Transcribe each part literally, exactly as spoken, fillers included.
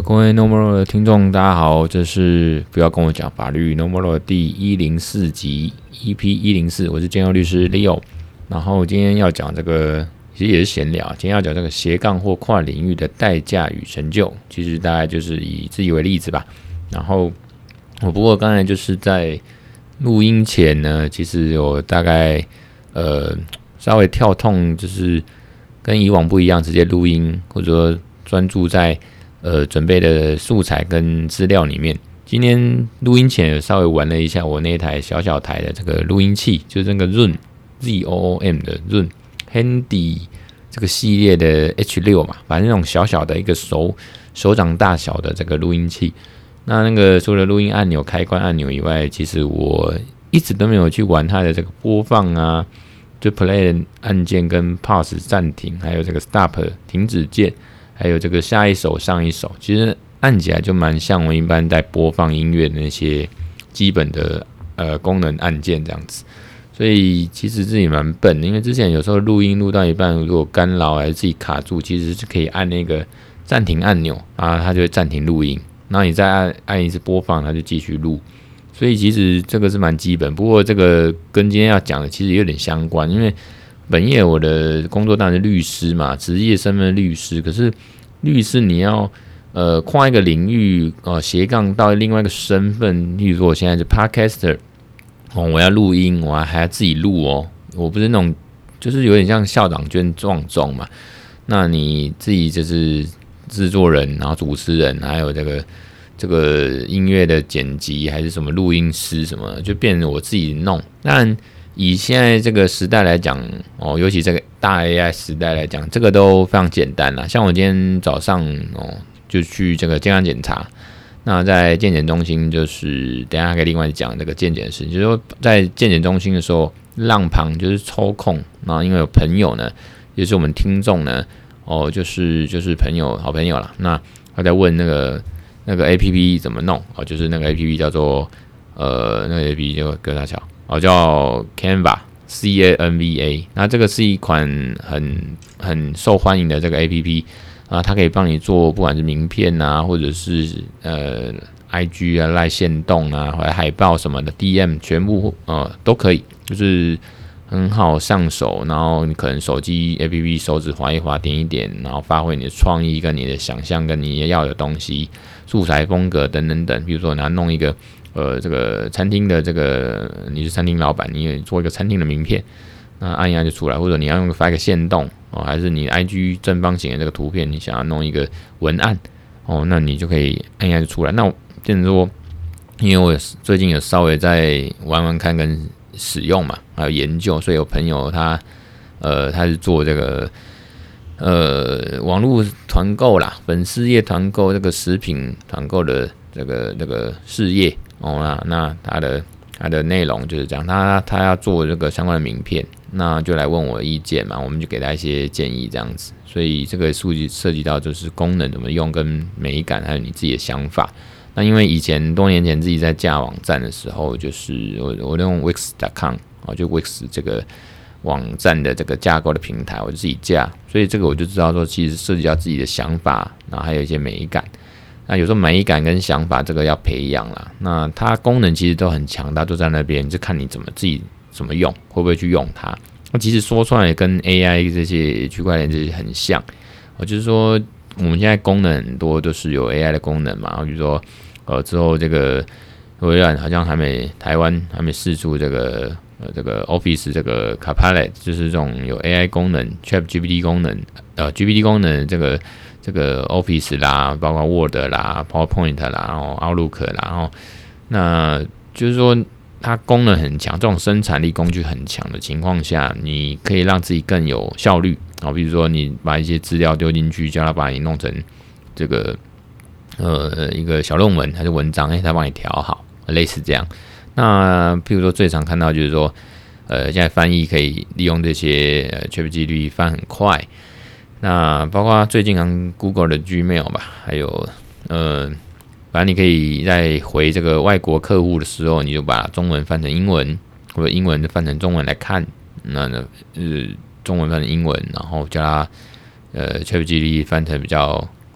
各位 No More 的听众，大家好，这是不要跟我讲法律 No More 的第一零四集 E P 一零四，我是建佑律师 Leo。然后今天要讲这个，其实也是闲聊，今天要讲这个斜杠或跨领域的代价与成就，其实大概就是以自己为例子吧。然后我不过刚才就是在录音前呢，其实有大概呃稍微跳痛，就是跟以往不一样，直接录音或者说专注在呃准备的素材跟资料里面。今天录音前有稍微玩了一下我那台小小台的这个录音器，就是那个 Zoom Z O O M 的 Zoom Handy 这个系列的 H 六 嘛，反正那种小小的一个手手掌大小的这个录音器。那那个除了录音按钮、开关按钮以外，其实我一直都没有去玩它的这个播放啊，就 Play 的按键跟 Pause 暂停，还有这个 Stop 停止键，还有这个下一首、上一首，其实按起来就蛮像我一般在播放音乐的那些基本的呃功能按键这样子。所以其实自己蛮笨的，因为之前有时候录音录到一半，如果干扰还是自己卡住，其实是可以按那个暂停按钮啊，它就会暂停录音。然后你再按按一次播放，它就继续录。所以其实这个是蛮基本，不过这个跟今天要讲的其实有点相关，因为本业我的工作当然是律师嘛，职业身份律师。可是律师你要呃跨一个领域，呃斜杠到另外一个身份，例如说我现在是 podcaster， 哦，我要录音，我还要自己录哦，我不是那种就是有点像校长捐壮壮嘛，那你自己就是制作人，然后主持人，还有这个这个音乐的剪辑，还是什么录音师什么，就变成我自己弄。但以现在这个时代来讲，哦，尤其这个大 A I 时代来讲，这个都非常简单啦。像我今天早上哦，就去这个健康检查。那在健检中心，就是等一下可以另外讲这个健检的事情。就是说，在健检中心的时候，浪旁就是抽空，然后因为有朋友呢，也就是我们听众呢。哦，就是就是朋友，好朋友啦。那他在问那个那个 A P P 怎么弄？哦，就是那个 A P P 叫做呃，那个 A P P 叫跟他讲，哦，叫 Canva C A N V A。那这个是一款很很受欢迎的这个 A P P 啊，它可以帮你做不管是名片啊，或者是呃 I G 啊、赖限动啊，或者海报什么的 D M 全部呃都可以，就是。很好上手，然后你可能手机 A P P 手指滑一滑，点一点，然后发挥你的创意跟你的想象跟你要的东西、素材风格等等等。比如说，你要弄一个呃这个餐厅的这个，你是餐厅老板，你也做一个餐厅的名片，那按一按就出来。或者你要用发一个限动哦，还是你 I G 正方形的这个图片，你想要弄一个文案哦，那你就可以按一按就出来。那变成说，因为我最近有稍微在玩玩看跟。使用嘛，还有研究，所以有朋友他，呃，他是做这个，呃，网络团购啦，粉丝页团购这个食品团购的这个这个事业哦，那那他的他的内容就是这样，他他要做这个相关的名片，那就来问我的意见嘛，我们就给他一些建议这样子，所以这个数据涉及到就是功能怎么用跟美感，还有你自己的想法。那因为以前多年前自己在架网站的时候，就是我我用 Wix 点 com 哦，就 Wix 这个网站的这个架构的平台，我就自己架，所以这个我就知道说，其实涉及到自己的想法，然后还有一些美感。那有时候美感跟想法这个要培养啦。那它功能其实都很强大，都在那边，就看你怎么自己怎么用，会不会去用它。那其实说出来跟 A I 这些区块链这些很像，我就是说。我们现在功能很多都是有 A I 的功能嘛，比如说，呃，之后这个微软好像还没台湾还没释出这个呃这个 Office 这个 Copilot， 就是这种有 A I 功能 ChatGPT 功能，呃 G P T 功能这个这个 Office 啦，包括 Word 啦、PowerPoint 啦，然后 Outlook 啦，然后那就是说它功能很强，这种生产力工具很强的情况下，你可以让自己更有效率。好，比如说你把一些资料丢进去，叫他把你弄成这个呃一个小论文还是文章，哎，他帮你调好，类似这样。那譬如说最常看到就是说，呃，现在翻译可以利用这些呃 ChatGPT 翻很快。那包括最近像 Google 的 Gmail 吧，还有呃，反正你可以在回这个外国客户的时候，你就把中文翻成英文，或者英文翻成中文来看，那呢呃。中文翻成英文，然后叫它呃 ChatGPT 翻成比较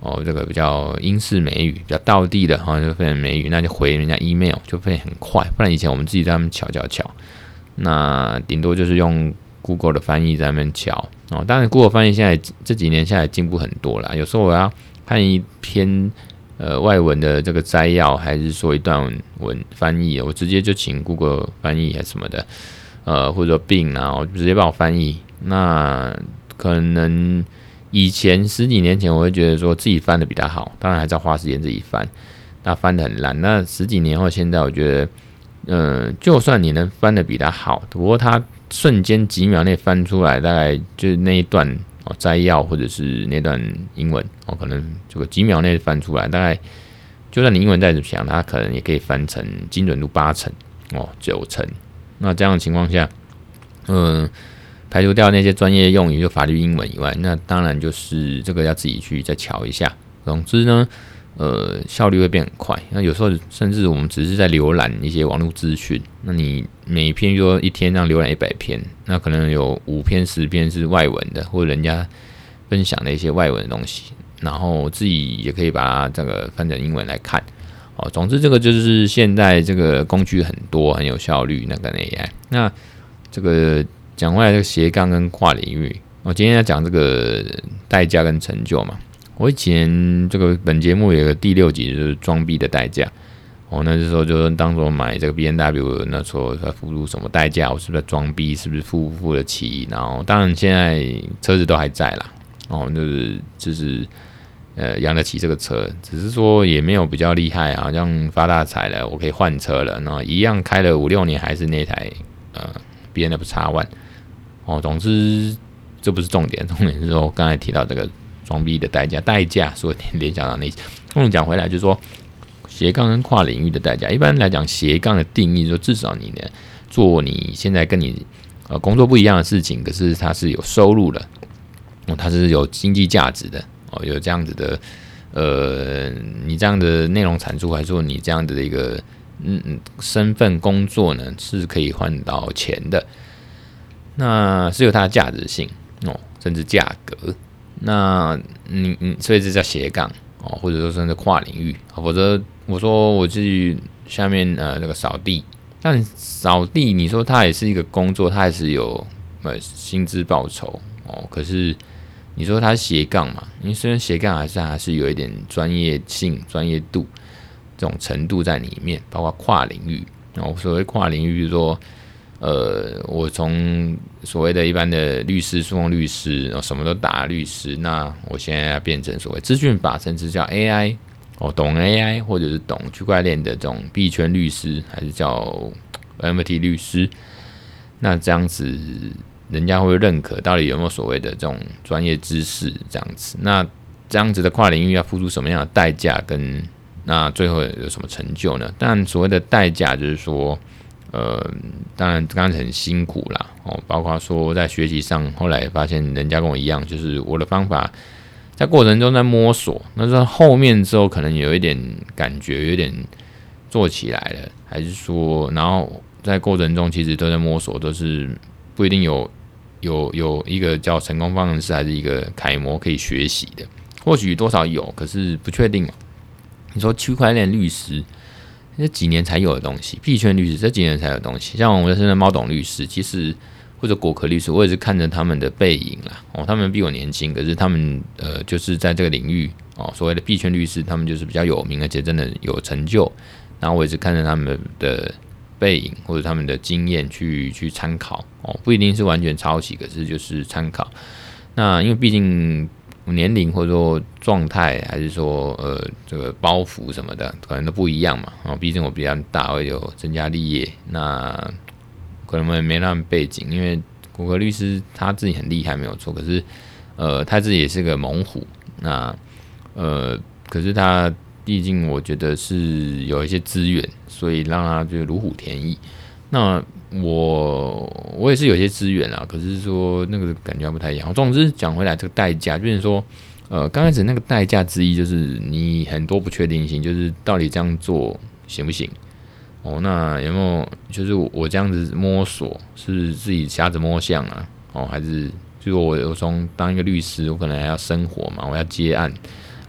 哦，这个比较英式美语，比较道地的哈、哦，就分成美语，那就回人家 email 就会很快。不然以前我们自己在那边瞧瞧瞧，那顶多就是用 Google 的翻译在那边瞧哦。当然 Google 翻译现在这几年下来进步很多啦，有时候我要看一篇呃外文的这个摘要，还是说一段文翻译，我直接就请 Google 翻译还是什么的，呃或者说 Bing 啊，我直接帮我翻译。那可能以前十几年前，我会觉得说自己翻的比较好，当然还是要花时间自己翻，那翻的很烂。那十几年后，现在我觉得，呃，就算你能翻的比他好，不过他瞬间几秒内翻出来，大概就是那一段哦摘要或者是那段英文哦，可能这个几秒内翻出来，大概就算你英文再怎么强，他可能也可以翻成精准度八成哦九成。那这样的情况下，嗯、呃。排除掉那些专业用语，就法律英文以外，那当然就是这个要自己去再瞧一下。总之呢，呃，效率会变很快。那有时候甚至我们只是在浏览一些网络资讯，那你每一篇说一天让浏览一百篇，那可能有五篇、十篇是外文的，或者人家分享的一些外文的东西，然后自己也可以把它这个翻成英文来看。哦，总之这个就是现在这个工具很多，很有效率，那个 A I。那这个。讲回来这个斜杠跟跨领域，我今天要讲这个代价跟成就嘛。我以前这个本节目有个第六集就是装逼的代价，哦，那时候就当作买这个 B M W 那时候它付出什么代价，我是不是装逼，是不是付不付得起？然后当然现在车子都还在啦，哦，就是就是呃养得起这个车，只是说也没有比较厉害，好像发大财了，我可以换车了，然后一样开了五六年还是那台呃 B M W X 一。哦，总之这不是重点，重点是说刚才提到这个装逼的代价，代价所以联想到那些。我们讲回来就是说斜杠跟跨领域的代价。一般来讲，斜杠的定义说至少你呢做你现在跟你呃工作不一样的事情，可是它是有收入的，哦，它是有经济价值的，哦，有这样子的呃，你这样的内容产出，还是说你这样的一个嗯嗯身份工作呢是可以换到钱的。那是有它的价值性哦，甚至价格。那你你所以这叫斜杠哦，或者说甚至跨领域。否则我说我去下面呃那个扫地，但扫地你说它也是一个工作，它也是有呃薪资报酬哦。可是你说它是斜杠嘛？因为虽然斜杠还是还是有一点专业性、专业度这种程度在里面，包括跨领域哦。所谓跨领域，比如说。呃，我从所谓的一般的律师、诉讼律师，然后什么都打律师，那我现在要变成所谓资讯法，甚至叫 A I， 哦，懂 A I 或者是懂区块链的这种币圈律师，还是叫 N F T 律师，那这样子人家会认可到底有没有所谓的这种专业知识这样子？那这样子的跨领域要付出什么样的代价，跟那最后有什么成就呢？当然，所谓的代价就是说。呃，当然刚才很辛苦啦，哦，包括说在学习上，后来发现人家跟我一样，就是我的方法在过程中在摸索，那在后面之后可能有一点感觉，有点做起来了，还是说，然后在过程中其实都在摸索，都是不一定有有有一个叫成功方程式，还是一个楷模可以学习的，或许多少有，可是不确定嘛。你说区块链律师。这几年才有的东西，币圈律师这几年才有的东西，像我们现在猫董律师，其实或者果壳律师，我也是看着他们的背影啦，哦，他们比我年轻，可是他们呃就是在这个领域哦，所谓的币圈律师，他们就是比较有名，而且真的有成就，然后我也是看着他们的背影或者他们的经验去去参考哦，不一定是完全抄袭，可是就是参考。那因为毕竟。年龄或者说状态，还是说呃这个包袱什么的，可能都不一样嘛。哦，毕竟我比较大，我有成家立业，那可能我也没那么背景。因为果壳律师他自己很厉害，没有错，可是呃他自己也是个猛虎。那呃可是他毕竟我觉得是有一些资源，所以让他就如虎添翼。那我我也是有些资源啦，可是说那个感觉不太一样。总之讲回来，这个代价就是说，呃，刚开始那个代价之一就是你很多不确定性，就是到底这样做行不行？哦，那有没有就是我这样子摸索，是自己瞎子摸象啊？哦，还是就是我我从当一个律师，我可能还要生活嘛，我要接案，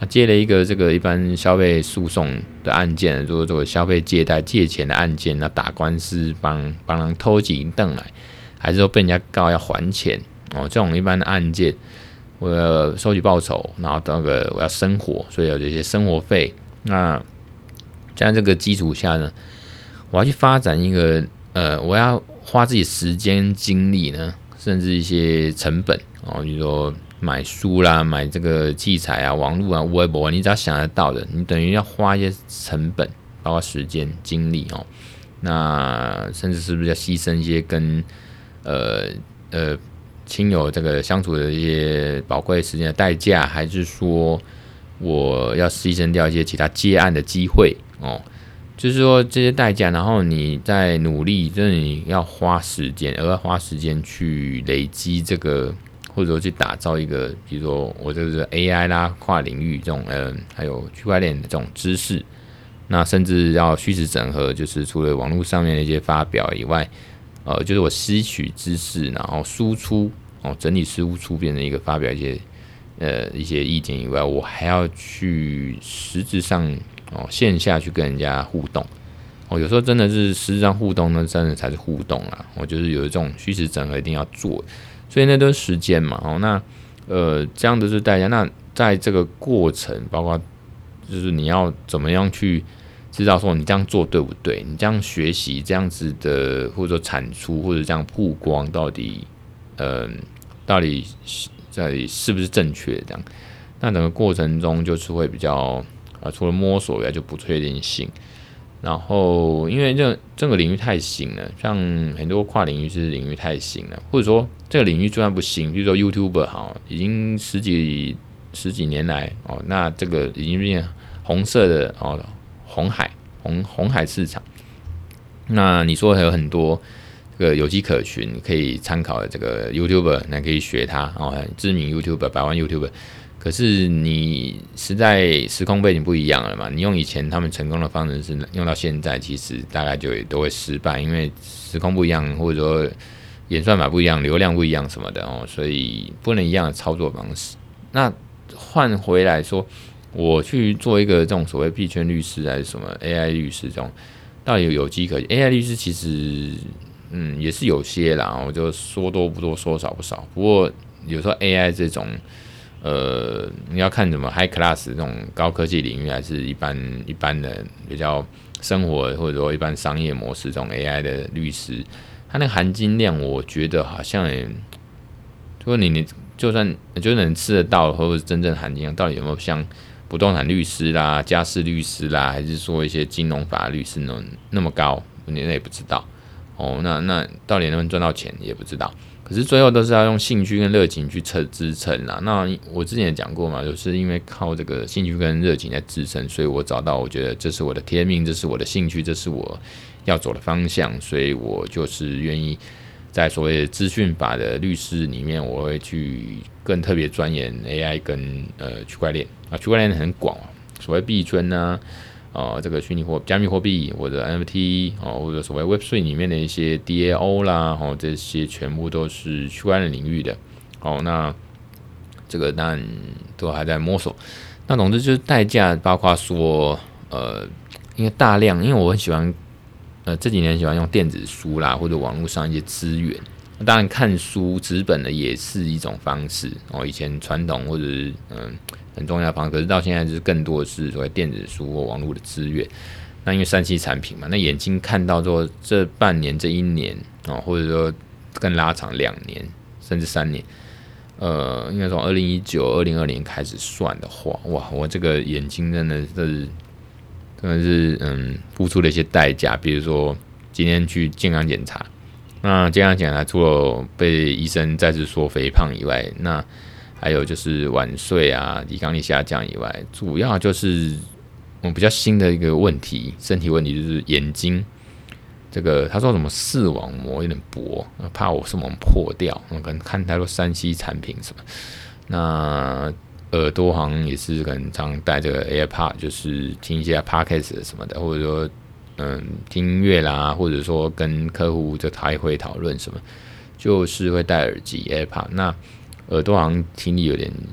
接了一个这个一般消费诉讼的案件，做做消费借贷借钱的案件，那打官司帮帮人偷钱邓来，还是说被人家告要还钱哦，这种一般的案件，我要收取报酬，然后那个我要生活，所以有这些生活费。那在这个基础下呢，我要去发展一个呃，我要花自己时间精力呢，甚至一些成本哦，比如说买书啦，买这个器材啊，网络啊，微博，你只要想得到的，你等于要花一些成本，包括时间、精力哦。那甚至是不是要牺牲一些跟呃呃亲友这个相处的一些宝贵时间的代价，还是说我要牺牲掉一些其他接案的机会哦？就是说这些代价，然后你在努力，就是你要花时间，而要花时间去累积这个。或者说去打造一个，比如说我这个 A I 啦、跨领域这种，呃，还有区块链的这种知识，那甚至要虚实整合，就是除了网络上面的一些发表以外，呃，就是我吸取知识，然后输出哦，整理输出变成一个发表一些呃一些意见以外，我还要去实质上哦线下去跟人家互动。哦，有时候真的是实质上互动呢，真的才是互动啦。我、哦、就是有这种虚实整合一定要做。所以那都是时间嘛，哦，那呃这样的是代价。那在这个过程，包括就是你要怎么样去知道说你这样做对不对？你这样学习这样子的，或者说产出或者这样曝光，到底呃到底到底是不是正确？这样，那整个过程中就是会比较呃除了摸索以外，就不确定性。然后，因为这这个领域太新了，像很多跨领域是领域太新了，或者说这个领域就算不新，比如说 YouTuber 好，已经十几十几年来哦，那这个已经变红色的哦红海红红海市场。那你说还有很多这个有迹可循，可以参考的这个 YouTuber， 那可以学他哦，知名 YouTuber 百万 YouTuber。可是你实在时空背景不一样了嘛？你用以前他们成功的方式是用到现在，其实大概就都会失败，因为时空不一样，或者说演算法不一样，流量不一样什么的哦，所以不能一样的操作方式。那换回来说，我去做一个这种所谓币圈律师还是什么 A I 律师这种，到底有有机可循 ？A I 律师其实嗯也是有些啦，我就说多不多，说少不少。不过有时候 A I 这种。呃，你要看什么 high class 这种高科技领域，还是一般一般的比较生活或者说一般商业模式这种 A I 的律师，他那个含金量，我觉得好像也，如果你你就算就能吃得到，或者真正含金量，到底有没有像不动产律师啦、家事律师啦，还是说一些金融法律师那那么高，你那也不知道哦。那那到底能不能赚到钱，也不知道。可是最后都是要用兴趣跟热情去支撑啦。那我之前也讲过嘛，就是因为靠这个兴趣跟热情在支撑，所以我找到我觉得这是我的天命，这是我的兴趣，这是我要走的方向，所以我就是愿意在所谓的资讯法的律师里面，我会去更特别钻研 A I 跟呃区块链啊，区块链很广啊，所谓币圈呢。哦，这个虚拟货、加密货币或者 N F T 哦，或者所谓 Web 三 里面的一些 D A O 啦，哦，这些全部都是区块链领域的。哦，那这个当然都还在摸索。那总之就是代价，包括说呃，因为大量，因为我很喜欢呃这几年喜欢用电子书啦，或者网络上一些资源。当然，看书纸本的也是一种方式哦。以前传统或者是嗯很重要的方式，可是到现在就是更多的是所谓电子书或网络的资源。那因为三 C 产品嘛，那眼睛看到之后，这半年、这一年哦，或者说更拉长两年甚至三年，呃，应该从二零一九、二零二零开始算的话，哇，我这个眼睛真的是真的是嗯付出了一些代价，比如说今天去健康检查。那健康检查除了被医生再次说肥胖以外，那还有就是晚睡啊、抵抗力下降以外，主要就是我们比较新的一个问题，身体问题就是眼睛这个，他说什么视网膜有点薄，怕我视网膜破掉，我可能看太多三 C 产品什么。那耳朵好像也是可能常戴这个 AirPod， 就是听一些 Podcast 什么的，或者说。嗯，听音乐啦，或者说跟客户就开会讨论什么，就是会戴耳机 AirPod。那耳朵好像听力有点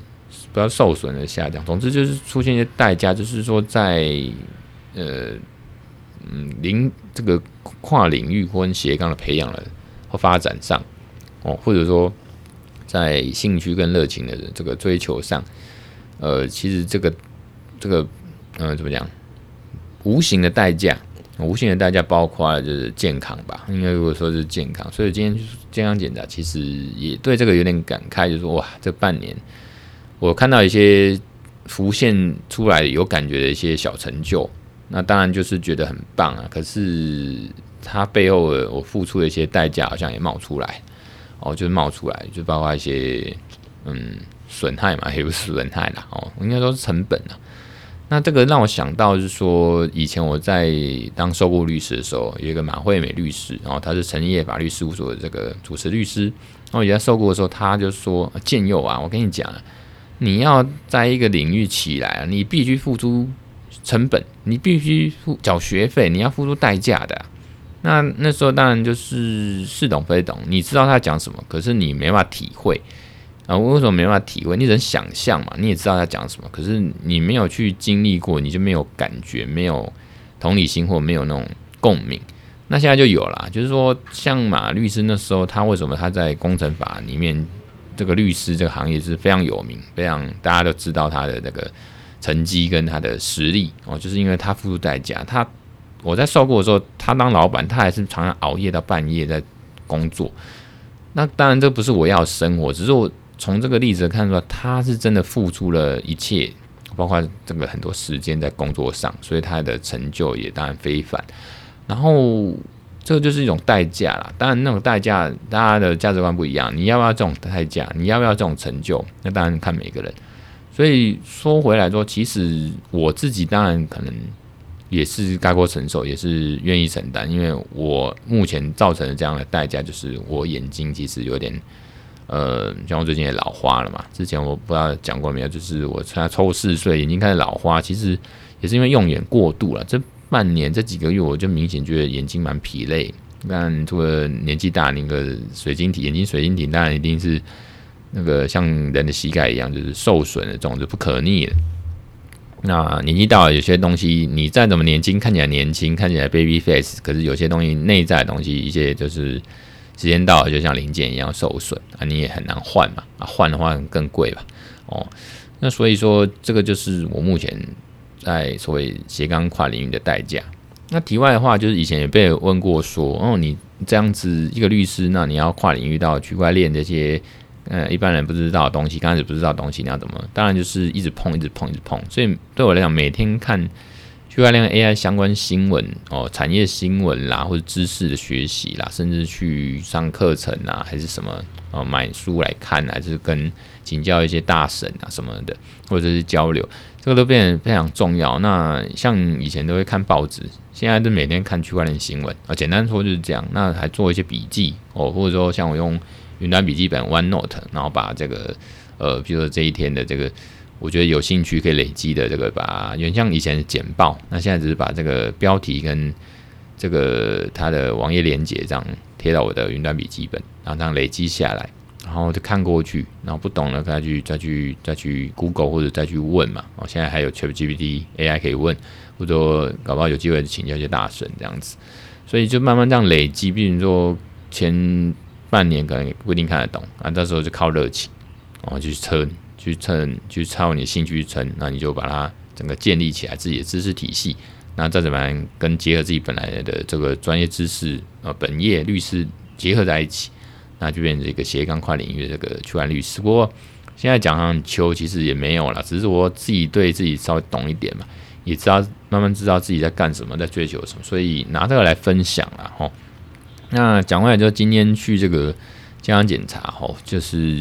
不要受损的下降。总之就是出现一些代价，就是说在呃嗯领这个跨领域或斜杠的培养了或发展上哦，或者说在兴趣跟热情的这个追求上，呃，其实这个这个呃怎么讲，无形的代价。无形的代价包括了就是健康吧，因为如果说是健康，所以今天健康检查其实也对这个有点感慨，就是说哇，这半年我看到一些浮现出来有感觉的一些小成就，那当然就是觉得很棒啊。可是它背后的我付出的一些代价好像也冒出来，哦，就是冒出来，就包括一些嗯损害嘛，也不是损害啦，哦，应该说是成本啊。那这个让我想到是说，以前我在当受雇律师的时候，有一个马惠美律师，然后他是诚业法律事务所的这个主持律师，然后也在受雇的时候，他就说：“建佑啊，我跟你讲，你要在一个领域起来啊，你必须付出成本，你必须付缴学费，你要付出代价的啊。”那那时候当然就是似懂非懂，你知道他讲什么，可是你没办法体会。啊，为什么没办法体会？你只能想象嘛，你也知道他讲什么，可是你没有去经历过，你就没有感觉，没有同理心或没有那种共鸣。那现在就有了，就是说，像马律师那时候，他为什么他在工程法里面，这个律师这个行业是非常有名，非常大家都知道他的那个成绩跟他的实力哦，就是因为他付出代价。他我在受过的时候，他当老板，他还是常常熬夜到半夜在工作。那当然，这不是我要的生活，只是我。从这个例子看出来，他是真的付出了一切，包括这个很多时间在工作上，所以他的成就也当然非凡。然后这个就是一种代价啦，当然那种代价，大家的价值观不一样，你要不要这种代价？你要不要这种成就？那当然看每个人。所以说回来说，其实我自己当然可能也是概括承受，也是愿意承担，因为我目前造成的这样的代价，就是我眼睛其实有点。呃，像我最近也老花了嘛，之前我不知道讲过没有，就是我才抽四岁，眼睛开始老花，其实也是因为用眼过度了。这半年这几个月，我就明显觉得眼睛蛮疲累。但除了年纪大，那个水晶体眼睛水晶体，当然一定是那个像人的膝盖一样，就是受损的这种，就不可逆的。那年纪到了，有些东西你再怎么年轻，看起来年轻，看起来 baby face， 可是有些东西内在的东西，一些就是。时间到了，就像零件一样受损啊，你也很难换嘛，啊，换的话更贵吧，哦，那所以说这个就是我目前在所谓斜杠跨领域的代价。那题外的话，就是以前也被问过说，哦，你这样子一个律师，那你要跨领域到区块链这些，呃，一般人不知道的东西，刚开始不知道的东西，你要怎么？当然就是一直碰，一直碰，一直碰。所以对我来讲，每天看。区块链 A I 相关新闻哦，产业新闻啦，或者知识的学习啦，甚至去上课程啊，还是什么哦，买书来看，还是跟请教一些大神啊什么的，或者是交流，这个都变得非常重要。那像以前都会看报纸，现在都每天看区块链新闻啊，简单说就是这样。那还做一些笔记哦，或者说像我用云端笔记本 OneNote， 然后把这个呃，比如说这一天的这个。我觉得有兴趣可以累积的这个，把原像以前的简报，那现在只是把这个标题跟这个它的网页连结这样贴到我的云端笔记本，然后这样累积下来，然后就看过去，然后不懂了再去再去再去 Google 或者再去问嘛。哦，现在还有 ChatGPT A I 可以问，或者说搞不好有机会请教一些大神这样子，所以就慢慢这样累积。比如说前半年可能也不一定看得懂啊，到时候就靠热情，然后去测。去蹭，去操你的兴趣去撑，那你就把它整个建立起来自己的知识体系，那再怎么样跟结合自己本来的这个专业知识，呃，本业律师结合在一起，那就变成一个斜杠跨领域的这个区块律师。不过现在讲上秋其实也没有啦，只是我自己对自己稍微懂一点嘛，也知道慢慢知道自己在干什么，在追求什么，所以拿这个来分享啦齁。那讲回来就今天去这个健康检查齁，就是。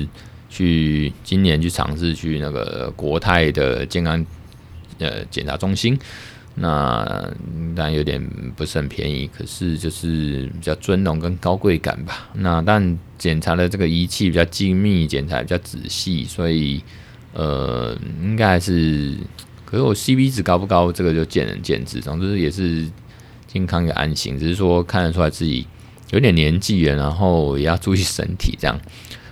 去今年去尝试去那个国泰的健康呃检查中心，那当然有点不是很便宜，可是就是比较尊荣跟高贵感吧。那但检查的这个仪器比较精密，检查比较仔细，所以呃应该还是，可是我 C P 值高不高，这个就见仁见智。总之也是健康的安心，只是说看得出来自己有点年纪了，然后也要注意身体这样。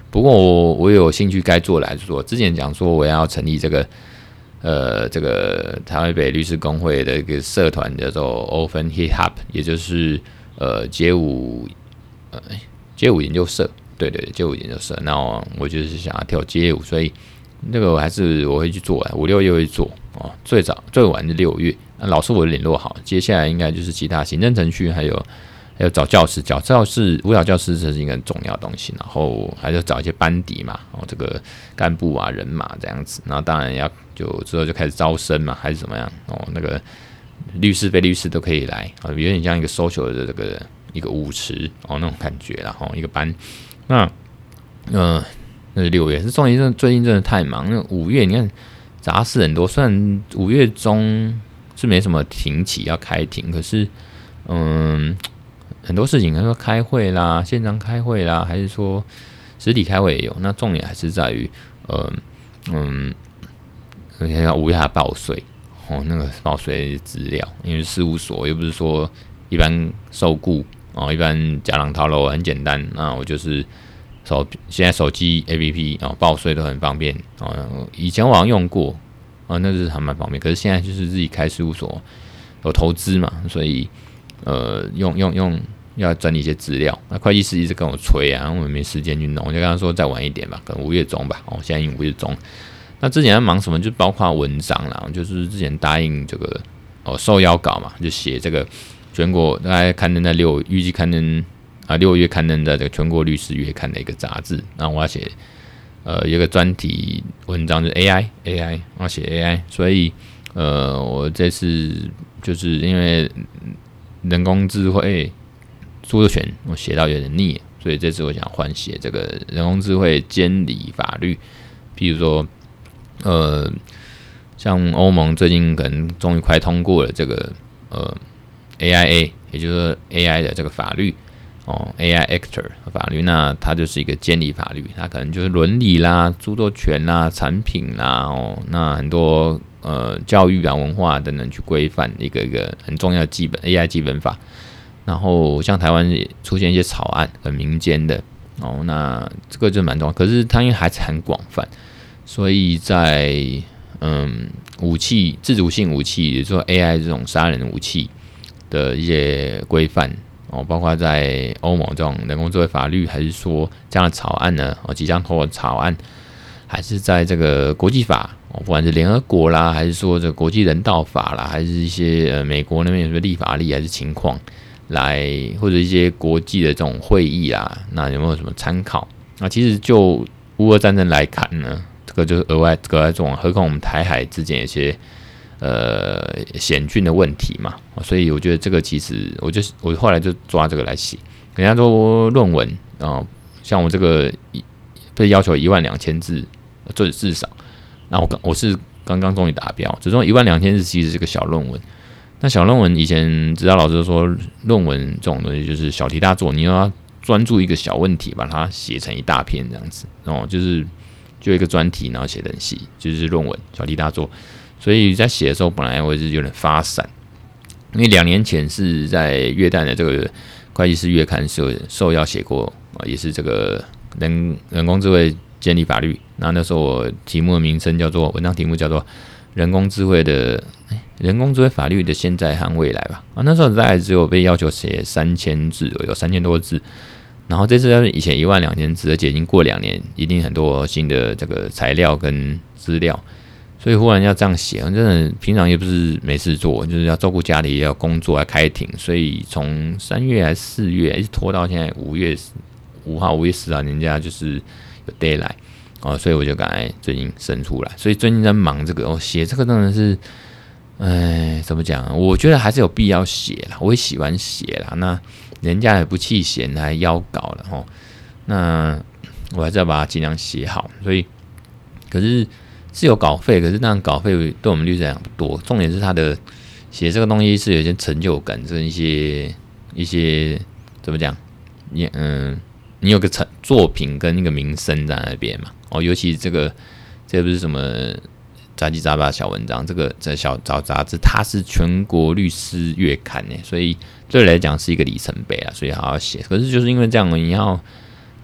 不过我我有兴趣该做的还是做。之前讲说我要成立这个呃这个台湾北律师公会的一个社团叫做 Open Hip Hop， 也就是呃街舞呃街舞研究社，对对对，街舞研究社。那我, 我就是想要跳街舞，所以这个我还是我会去做啊，五六月会做哦，最早最晚是六月。那老师我联络好，接下来应该就是其他行政程序，还有还有找教师，找教师舞蹈教师这是一个很重要的东西，然后还要找一些班底嘛，哦这个干部啊人马这样子，然后当然要就之后就开始招生嘛，还是怎么样哦，那个律师非律师都可以来啊，有点像一个 social 的这个一个舞池哦那种感觉啦，然后一个班，那呃那是六月，是重点是最近真的太忙，那五月你看杂事很多，虽然五月中是没什么庭期要开庭，可是嗯很多事情，比如说开会啦、线上开会啦，还是说实体开会也有，那重点还是在于呃嗯，要五月还报税哦，那个报税资料，因为事务所又不是说一般受雇哦，一般假狼逃漏很简单，那我就是手现在手机 A P P 哦报税都很方便哦，以前我好像用过啊、哦，那是还蛮方便，可是现在就是自己开事务所有投资嘛，所以呃用用用要整理一些资料，那会计师一直跟我催啊，我没时间去弄，我就跟他说再晚一点吧，可能五月中吧，哦现在已经五月中。那之前在忙什么？就包括文章啦，就是之前答应这个哦受邀稿嘛，就写这个全国大概刊登在六预计刊登啊六月刊登在这个全国律师月刊的一个杂志。那我要写呃有一个专题文章，就是 A I A I， 我要写 A I， 所以呃我这次就是因为人工智慧著作权我写到有点腻，所以这次我想换写这个人工智慧监理法律，譬如说。呃，像欧盟最近可能终于快通过了这个呃 A I A， 也就是 A I 的这个法律哦 ，A I Actor 的法律，那它就是一个监理法律，它可能就是伦理啦、著作权啦、产品啦哦，那很多呃教育啊、文化等等去规范一个一个很重要的基本 A I 基本法。然后像台湾也出现一些草案，很民间的哦，那这个就蛮重要，可是它因为还是很广泛。所以在嗯武器自主性武器，也就是说 A I 这种杀人武器的一些规范哦，包括在欧盟这种人工智慧法律，还是说这样的草案呢？哦，即将通过的草案，还是在这个国际法哦，不管是联合国啦，还是说这个国际人道法啦，还是一些呃美国那边有什么立法例还是情况来，或者一些国际的这种会议啦，那有没有什么参考？那其实就乌俄战争来看呢？这个就是额外额外重，何况我们台海之间有些呃险峻的问题嘛，所以我觉得这个其实我就我后来就抓这个来写。人家说论文啊、呃，像我这个被要求一万两千字，最至少，那我我是刚刚终于达标，只说一万两千字其实是个小论文。那小论文以前指导老师说，论文这种东西就是小题大做，你要专注一个小问题，把它写成一大篇这样子，哦，就是。就一个专题，然后写得很细，就是论文小题大做，所以在写的时候本来我是有点发散，因为两年前是在约旦的这个会计师月刊受受邀写过，也是这个人人工智慧监理法律。那那时候我题目的名称叫做文章题目叫做人工智慧的人工智慧法律的现在和未来吧。啊，那时候大概只有被要求写三千字，有三千多字。然后这次以前一万两千字，而且已经过两年，一定很多新的这个材料跟资料，所以忽然要这样写，真的平常也不是没事做，就是要照顾家里，也要工作，要开庭，所以从三月还是四月，一直拖到现在五月五号、五月十号，人家就是有 deadline 哦，所以我就赶快最近生出来，所以最近在忙这个哦，写这个真的是，哎，怎么讲？我觉得还是有必要写啦，我也喜欢写啦，那。人家也不弃嫌，还邀稿了吼，那我还是要把它尽量写好。所以，可是是有稿费，可是那稿费对我们律师来讲不多。重点是他的写这个东西是有一些成就感，跟一些一些怎么讲？你嗯，你有个成作品跟一个名声在那边嘛。哦，尤其这个这不是什么杂七杂八小文章，这个这小杂杂志，它是全国律师月刊呢，所以对我来讲是一个里程碑啊，所以好好写。可是就是因为这样，你要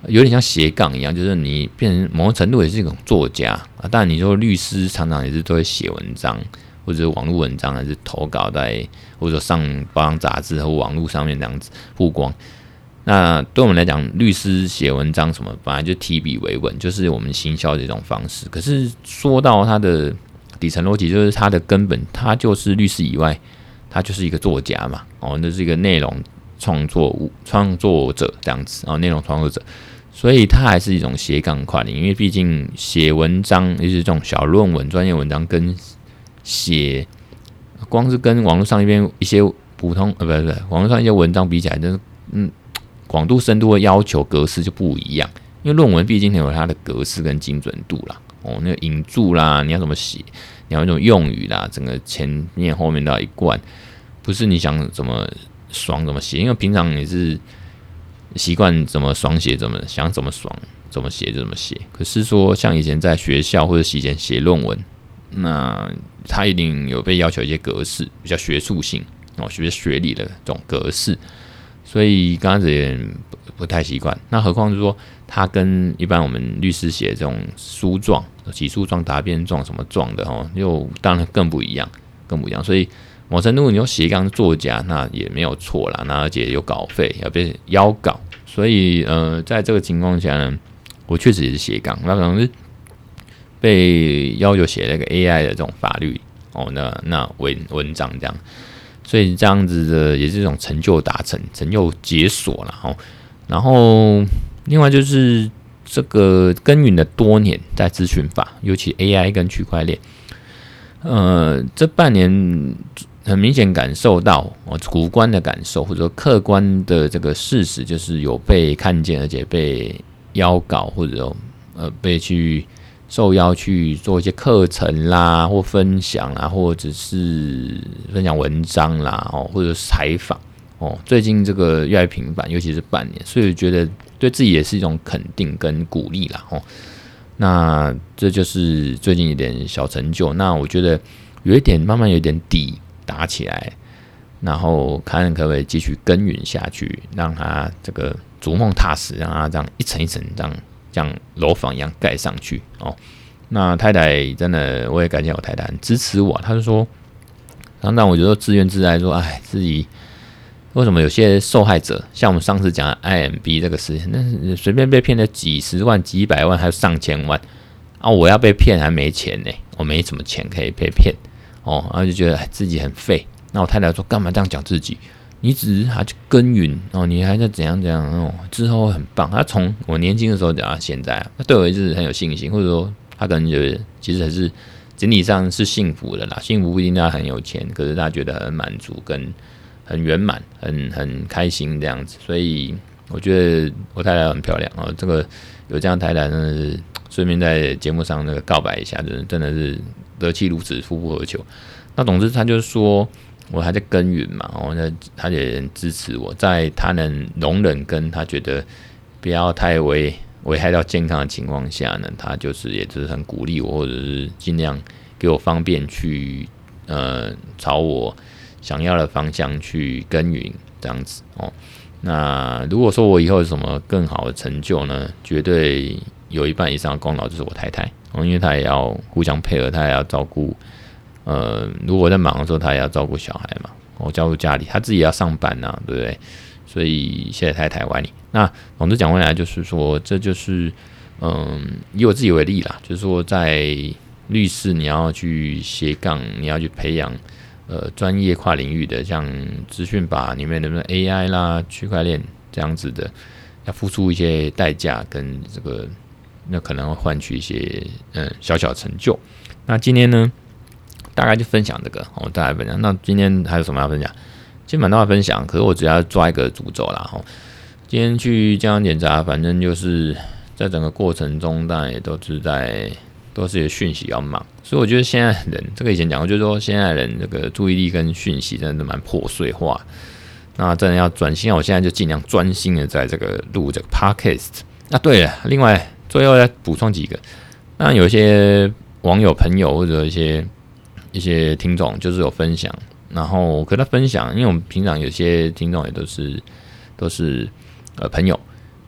有点像斜杠一样，就是你变成某种程度也是一种作家啊。当然，你说律师常常也是都会写文章，或者是网络文章，还是投稿在或者上报章杂志和网络上面这样子曝光。那对我们来讲，律师写文章什么，本来就提笔为文，就是我们行销的一种方式。可是说到它的底层逻辑，就是它的根本，它就是律师以外，它就是一个作家嘛。哦，那是一个内容创作物创作者这样子哦，内容创作者。所以它还是一种斜杠跨领域，因为毕竟写文章，尤其是这种小论文、专业文章，跟写光是跟网络上一边一些普通呃，不是不是网络上一些文章比起来，就是嗯，广度、深度的要求格式就不一样。因为论文毕竟有它的格式跟精准度啦，哦，那个引注啦，你要怎么写，你要那种用语啦，整个前面后面都要一贯，不是你想怎么爽怎么写，因为平常你是。习惯怎么爽写怎么想怎么爽怎么写就怎么写。可是说像以前在学校或者以前写论文，那他一定有被要求一些格式，比较学术性哦，学学理的这种格式，所以刚开始也不不太习惯。那何况是说他跟一般我们律师写这种诉状、起诉状、答辩状什么状的哦，又当然更不一样，更不一样。所以某程度你有斜杠作家，那也没有错啦，那而且有稿费，要被邀稿。所以，呃，在这个情况下呢，我确实也是斜杠，那可能是被要求写那个 A I 的这种法律哦，那那文文章这样，所以这样子的也是一种成就达成、成就解锁啦哦。然后，另外就是这个耕耘了多年在资讯法，尤其 A I 跟区块链，呃，这半年。很明显感受到哦，主观的感受或者说客观的这个事实，就是有被看见，而且被邀稿或者说呃被去受邀去做一些课程啦，或分享啦，或者是分享文章啦，哦，或者是采访哦。最近这个越来越频繁，尤其是半年，所以觉得对自己也是一种肯定跟鼓励啦哦。那这就是最近一点小成就。那我觉得有一点慢慢有一点底。打起来，然后看可不可以继续耕耘下去，让他这个逐梦踏实，让他这样一层一层这样像楼房一样盖上去哦。那太太真的，我也感谢我太太很支持我，她就说，常常我觉得自怨自艾，说，哎，自己为什么有些受害者，像我们上次讲的 I M B 这个事情，那随便被骗了几十万、几百万，还有上千万啊，我要被骗还没钱呢，我没什么钱可以被骗。哦，然后就觉得自己很废。那我太太说：“干嘛这样讲自己？你只是还去耕耘哦，你还在怎样怎样哦，之后会很棒。”他从我年轻的时候讲到现在，他对我一直很有信心，或者说他可能觉得其实还是整体上是幸福的啦。幸福不一定他很有钱，可是他觉得很满足、跟很圆满、很很开心这样子。所以我觉得我太太很漂亮哦，这个有这样太太真的是顺便在节目上那个告白一下，真的真的是。得其如此，夫复何求？那总之，他就是说我还在耕耘嘛，哦，那他也支持我，在他能容忍跟他觉得不要太危危害到健康的情况下呢，他就是也是很鼓励我，或者是尽量给我方便去呃朝我想要的方向去耕耘这样子哦。那如果说我以后有什么更好的成就呢，绝对有一半以上的功劳就是我太太。因为他也要互相配合，他也要照顾，呃，如果我在忙的时候，他也要照顾小孩嘛，我照顾家里，他自己也要上班呐、啊，对不对？所以谢谢太太，我爱你。那总之讲回来，就是说，这就是，嗯，以我自己为例啦，就是说，在律师你要去斜杠，你要去培养，呃，专业跨领域的，像资讯法里面的 A I 啦、区块链这样子的，要付出一些代价跟这个。那可能会换取一些嗯小小成就。那今天呢，大概就分享这个哦，大概分享。那今天还有什么要分享？今天蛮多要分享，可是我只要抓一个主轴啦。哦，今天去健康检查，反正就是在整个过程中，当然也都是在都是有讯息要忙，所以我觉得现在人这个以前讲过，就是说现在人这个注意力跟讯息真的蛮破碎化。那真的要专心，我现在就尽量专心的在这个录这个 podcast。那对了，另外。最后再补充几个，那有一些网友朋友或者一些一些听众就是有分享，然后跟他分享，因为我们平常有些听众也都是都是呃朋友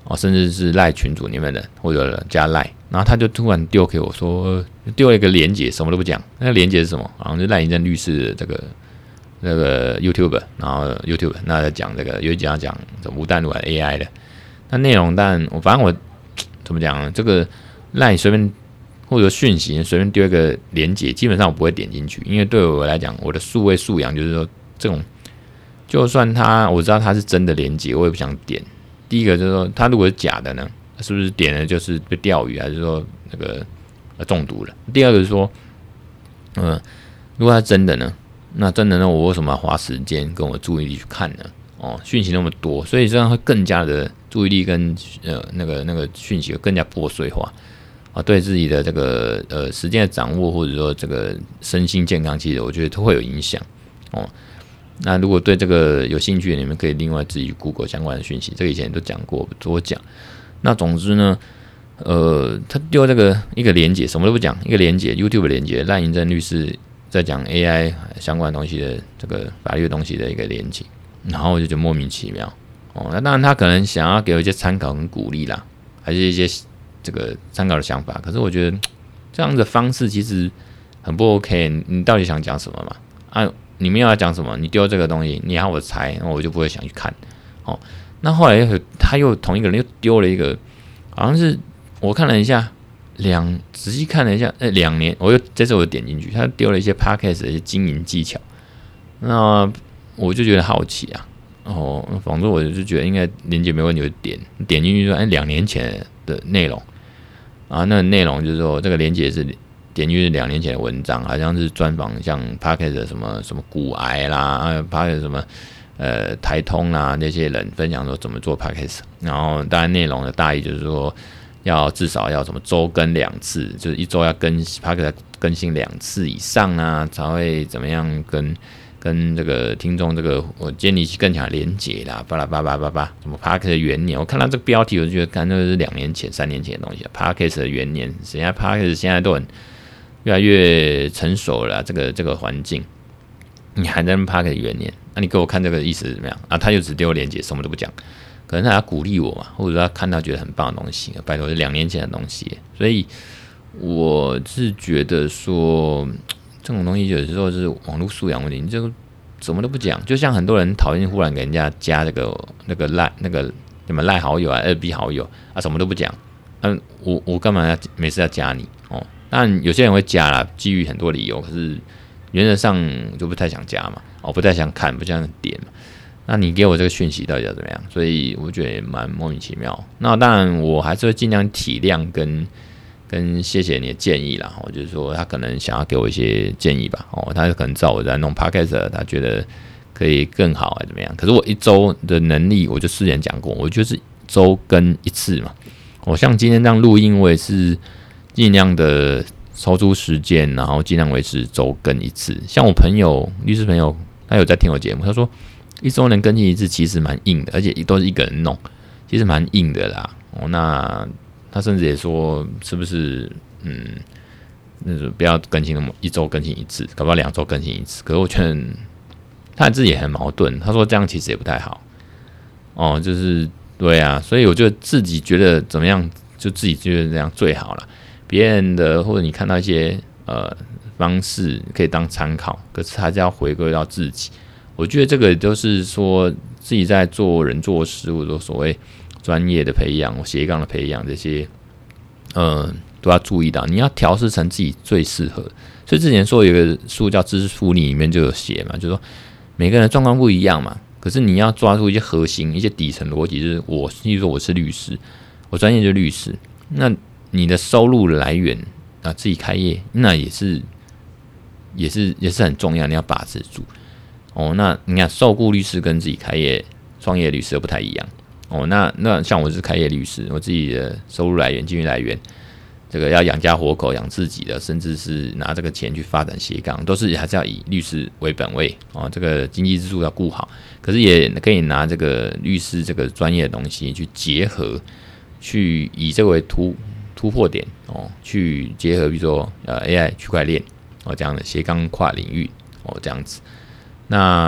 哦，甚至是赖群组里面的或者加赖，然后他就突然丢给我说，丢了一个连结，什么都不讲。那个连结是什么？好像是赖银正律师的这个那个 YouTube， 然后 YouTube 那在讲这个，有一讲讲什么吴淡如 A I 的，那内容但我反正我怎么讲呢？这个赖随便或者讯息随便丢一个连结，基本上我不会点进去，因为对我来讲，我的数位素养就是说，这种就算他我知道他是真的连结，我也不想点。第一个就是说，他如果是假的呢，是不是点了就是被钓鱼，还是说那个中毒了？第二个是说，嗯、呃，如果他真的呢，那真的呢，我为什么要花时间跟我注意力去看呢？哦，讯息那么多，所以这样会更加的注意力跟呃那个那个讯息会更加破碎化啊，对自己的这个呃时间的掌握，或者说这个身心健康，其实我觉得都会有影响哦。那如果对这个有兴趣，你们可以另外自己 Google 相关的讯息，这个以前都讲过，不多讲。那总之呢，呃，他丢这个一个连结，什么都不讲，一个连结 YouTube 连结，赖银正律师在讲 A I 相关东西的这个法律的东西的一个连结，然后我就觉得莫名其妙哦。那当然他可能想要给我一些参考跟鼓励啦，还是一些这个参考的想法，可是我觉得这样的方式其实很不 OK。你到底想讲什么嘛？啊？你们要讲什么？你丢这个东西，你要我猜，那我就不会想去看。哦，那后来他又同一个人又丢了一个，好像是我看了一下，两仔细看了一下，呃，两年，我又这次我点进去，他丢了一些 podcast 的一些经营技巧，那我就觉得好奇啊。哦，反正我就觉得应该连结没问题，就点点进去说，哎，两年前的内容，啊，那个内容就是说这个连结是。点进去两年前的文章，好像是专访像 Podcast 的什么什么股癌啦 ，Podcast 什么呃台通啦那些人分享说怎么做 Podcast， 然后当然内容的大意就是说要至少要什么周更两次，就是一周要更 Podcast 更新两次以上啊，才会怎么样跟跟这个听众这个我建立起更强的连结啦，巴拉巴拉巴拉巴拉什么 Podcast 的元年，我看到这个标题我就觉得，看那个是两年前、三年前的东西 ，Podcast 的元年，现在 Podcast 现在都很。越来越成熟了、啊，这个这个环境，你还在那 Podcast 元年，那、啊、你给我看这个意思是怎么样啊？他就只丢连结，什么都不讲，可能他要鼓励我嘛，或者他看到觉得很棒的东西，拜托是两年前的东西，所以我是觉得说这种东西有时候是网络素养问题，你这个什么都不讲，就像很多人讨厌忽然给人家加这个那个赖那个什么赖好友啊、二 B 好友啊，什么都不讲，嗯、啊，我我干嘛要每次要加你哦？但有些人会加啦，基于很多理由，可是原则上就不太想加嘛，哦，不太想看，不想点嘛。那你给我这个讯息到底要怎么样？所以我觉得也蛮莫名其妙。那当然，我还是会尽量体谅跟跟谢谢你的建议啦。哦，就是说他可能想要给我一些建议吧。哦，他可能知道我在弄 podcast， 他觉得可以更好还是怎么样？可是我一周的能力，我就之前讲过，我就是周更一次嘛。我、哦、像今天这样录音，我也是。尽量的抽出时间，然后尽量维持周更一次。像我朋友律师朋友，他有在听我节目，他说一周能更新一次其实蛮硬的，而且都是一个人弄，其实蛮硬的啦。哦，那他甚至也说，是不是嗯，那个不要更新那么一周更新一次，搞不好两周更新一次。可是我觉得他自己也很矛盾，他说这样其实也不太好。哦，就是对啊，所以我就自己觉得怎么样，就自己觉得这样最好了。别人的或者你看到一些呃方式可以当参考，可是还是要回归到自己。我觉得这个就是说自己在做人做事，或者说所谓专业的培养、斜杠的培养这些，呃，都要注意到，你要调试成自己最适合。所以之前说有一个书叫《知识复利》，里面就有写嘛，就是说每个人的状况不一样嘛，可是你要抓住一些核心、一些底层逻辑，就是我，例如说我是律师，我专业就是律师，那你的收入的来源啊，自己开业，那也是也是也是很重要，你要把持住哦。那你看，受雇律师跟自己开业创业律师都不太一样哦。那那像我是开业律师，我自己的收入来源、经济来源，这个要养家活口、养自己的，甚至是拿这个钱去发展斜杠，都是还是要以律师为本位哦。这个经济支柱要顾好，可是也可以拿这个律师这个专业的东西去结合，去以这个为突。突破点哦，去结合比如说呃 A I 区块链哦这样的斜杠跨领域哦这样子，那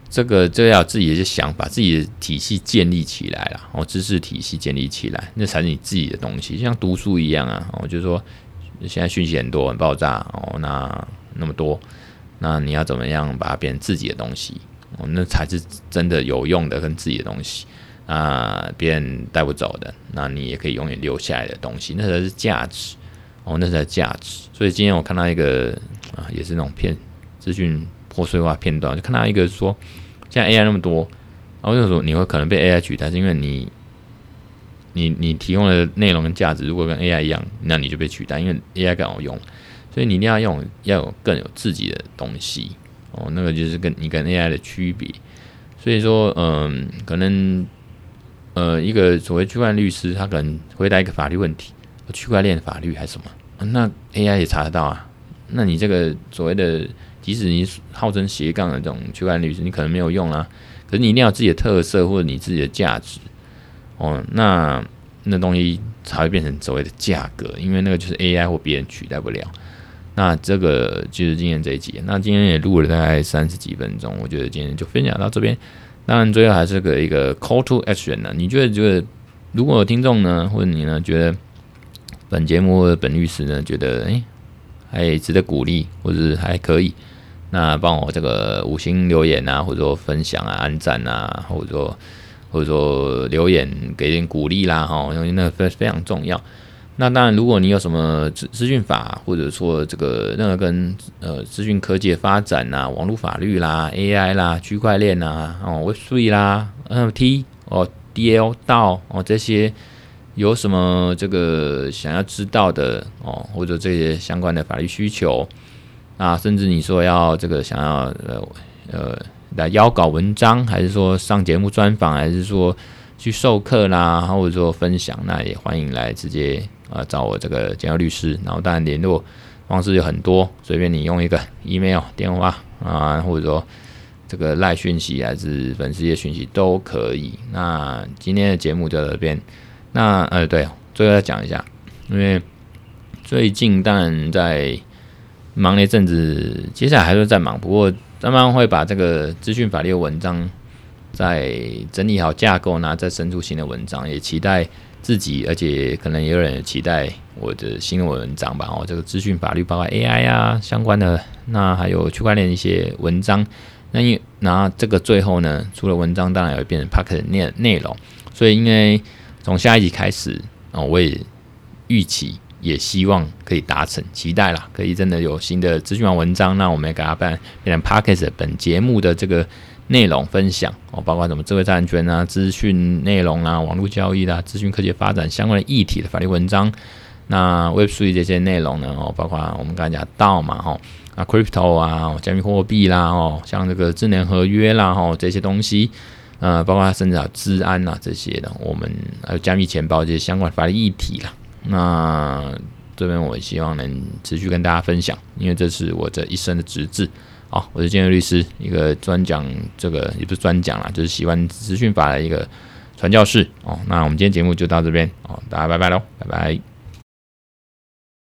这个这个要有自己的一些想法，自己的体系建立起来啦，哦，知识体系建立起来，那才是你自己的东西，就像读书一样啊，哦，就是说现在讯息很多很爆炸哦，那那么多，那你要怎么样把它变成自己的东西？哦，那才是真的有用的跟自己的东西啊，别人带不走的，那你也可以永远留下来的东西，那才是价值哦，那才是价值。所以今天我看到一个啊，也是那种片资讯破碎化片段，就看到一个说，现在 A I 那么多，然后就说你会可能被 A I 取代，是因为你你你提供的内容跟价值如果跟 A I 一样，那你就被取代，因为 A I 更好用，所以你一定要用要有更有自己的东西哦，那个就是跟你跟 A I 的区别。所以说，嗯，可能呃一个所谓区块链律师，他可能回答一个法律问题，区块链法律还是什么，那 A I 也查得到啊。那你这个所谓的，即使你号称斜杠的这种区块链律师，你可能没有用啊。可是你一定要有自己的特色或者你自己的价值哦，那那东西才会变成所谓的价格，因为那个就是 A I 或别人取代不了。那这个就是今天这一集，那今天也录了大概三十几分钟，我觉得今天就分享到这边。当然最后还是个一个 call to action 呢，你觉得觉得如果有听众呢，或者你呢觉得本节目或者本律师呢觉得哎、欸、还值得鼓励，或者是还可以，那帮我这个五星留言啊，或者说分享啊、按赞啊，或者说或者说留言给点鼓励啦，哈，因为那个非常重要。那当然，如果你有什么资资讯法，或者说这个任何跟呃资讯科技的发展啊、网络法律啦、A I 啦、区块链啦、哦 Web 三 啦、N F T 哦、D L 道哦这些有什么这个想要知道的哦，或者这些相关的法律需求啊，甚至你说要这个想要呃呃来邀稿文章，还是说上节目专访，还是说去授课啦，或者说分享，那也欢迎来直接。呃，找我这个简要律师，然后当然联络方式有很多，随便你用一个 email、电话啊，或者说这个赖讯息还是粉丝页讯息都可以。那今天的节目就到这边。那呃，对，最后再讲一下，因为最近当然在忙了一阵子，接下来还是在忙，不过慢慢会把这个资讯法律的文章再整理好架构，然后再生出新的文章，也期待。自己，而且可能也有人期待我的新的文章吧。哦，这个资讯法律，包括 A I 啊相关的，那还有区块链的一些文章。那因那这个最后呢，除了文章，当然也会变成 Podcast 的内容。所以，因为从下一集开始，哦，我也预期，也希望可以达成，期待啦，可以真的有新的资讯文章。那我们也给它变变成 Podcast 本节目的这个。内容分享哦，包括什么智慧财产权啊、资讯内容啊、网络交易啦、资讯科技发展相关的议题的法律文章，那 Web 三 这些内容呢，哦，包括我们刚才讲到嘛，哦，那 Crypto 啊、加密货币啦，哦，像这个智能合约啦，哦，这些东西，呃，包括甚至还有治安啊这些的，我们还有加密钱包这些相关法律议题啦，那这边我希望能持续跟大家分享，因为这是我这一生的职志。好，我是建佑律师，一个专讲这个也不是专讲啦，就是喜欢资讯法的一个传教士哦。那我们今天节目就到这边哦，大家拜拜喽，拜拜。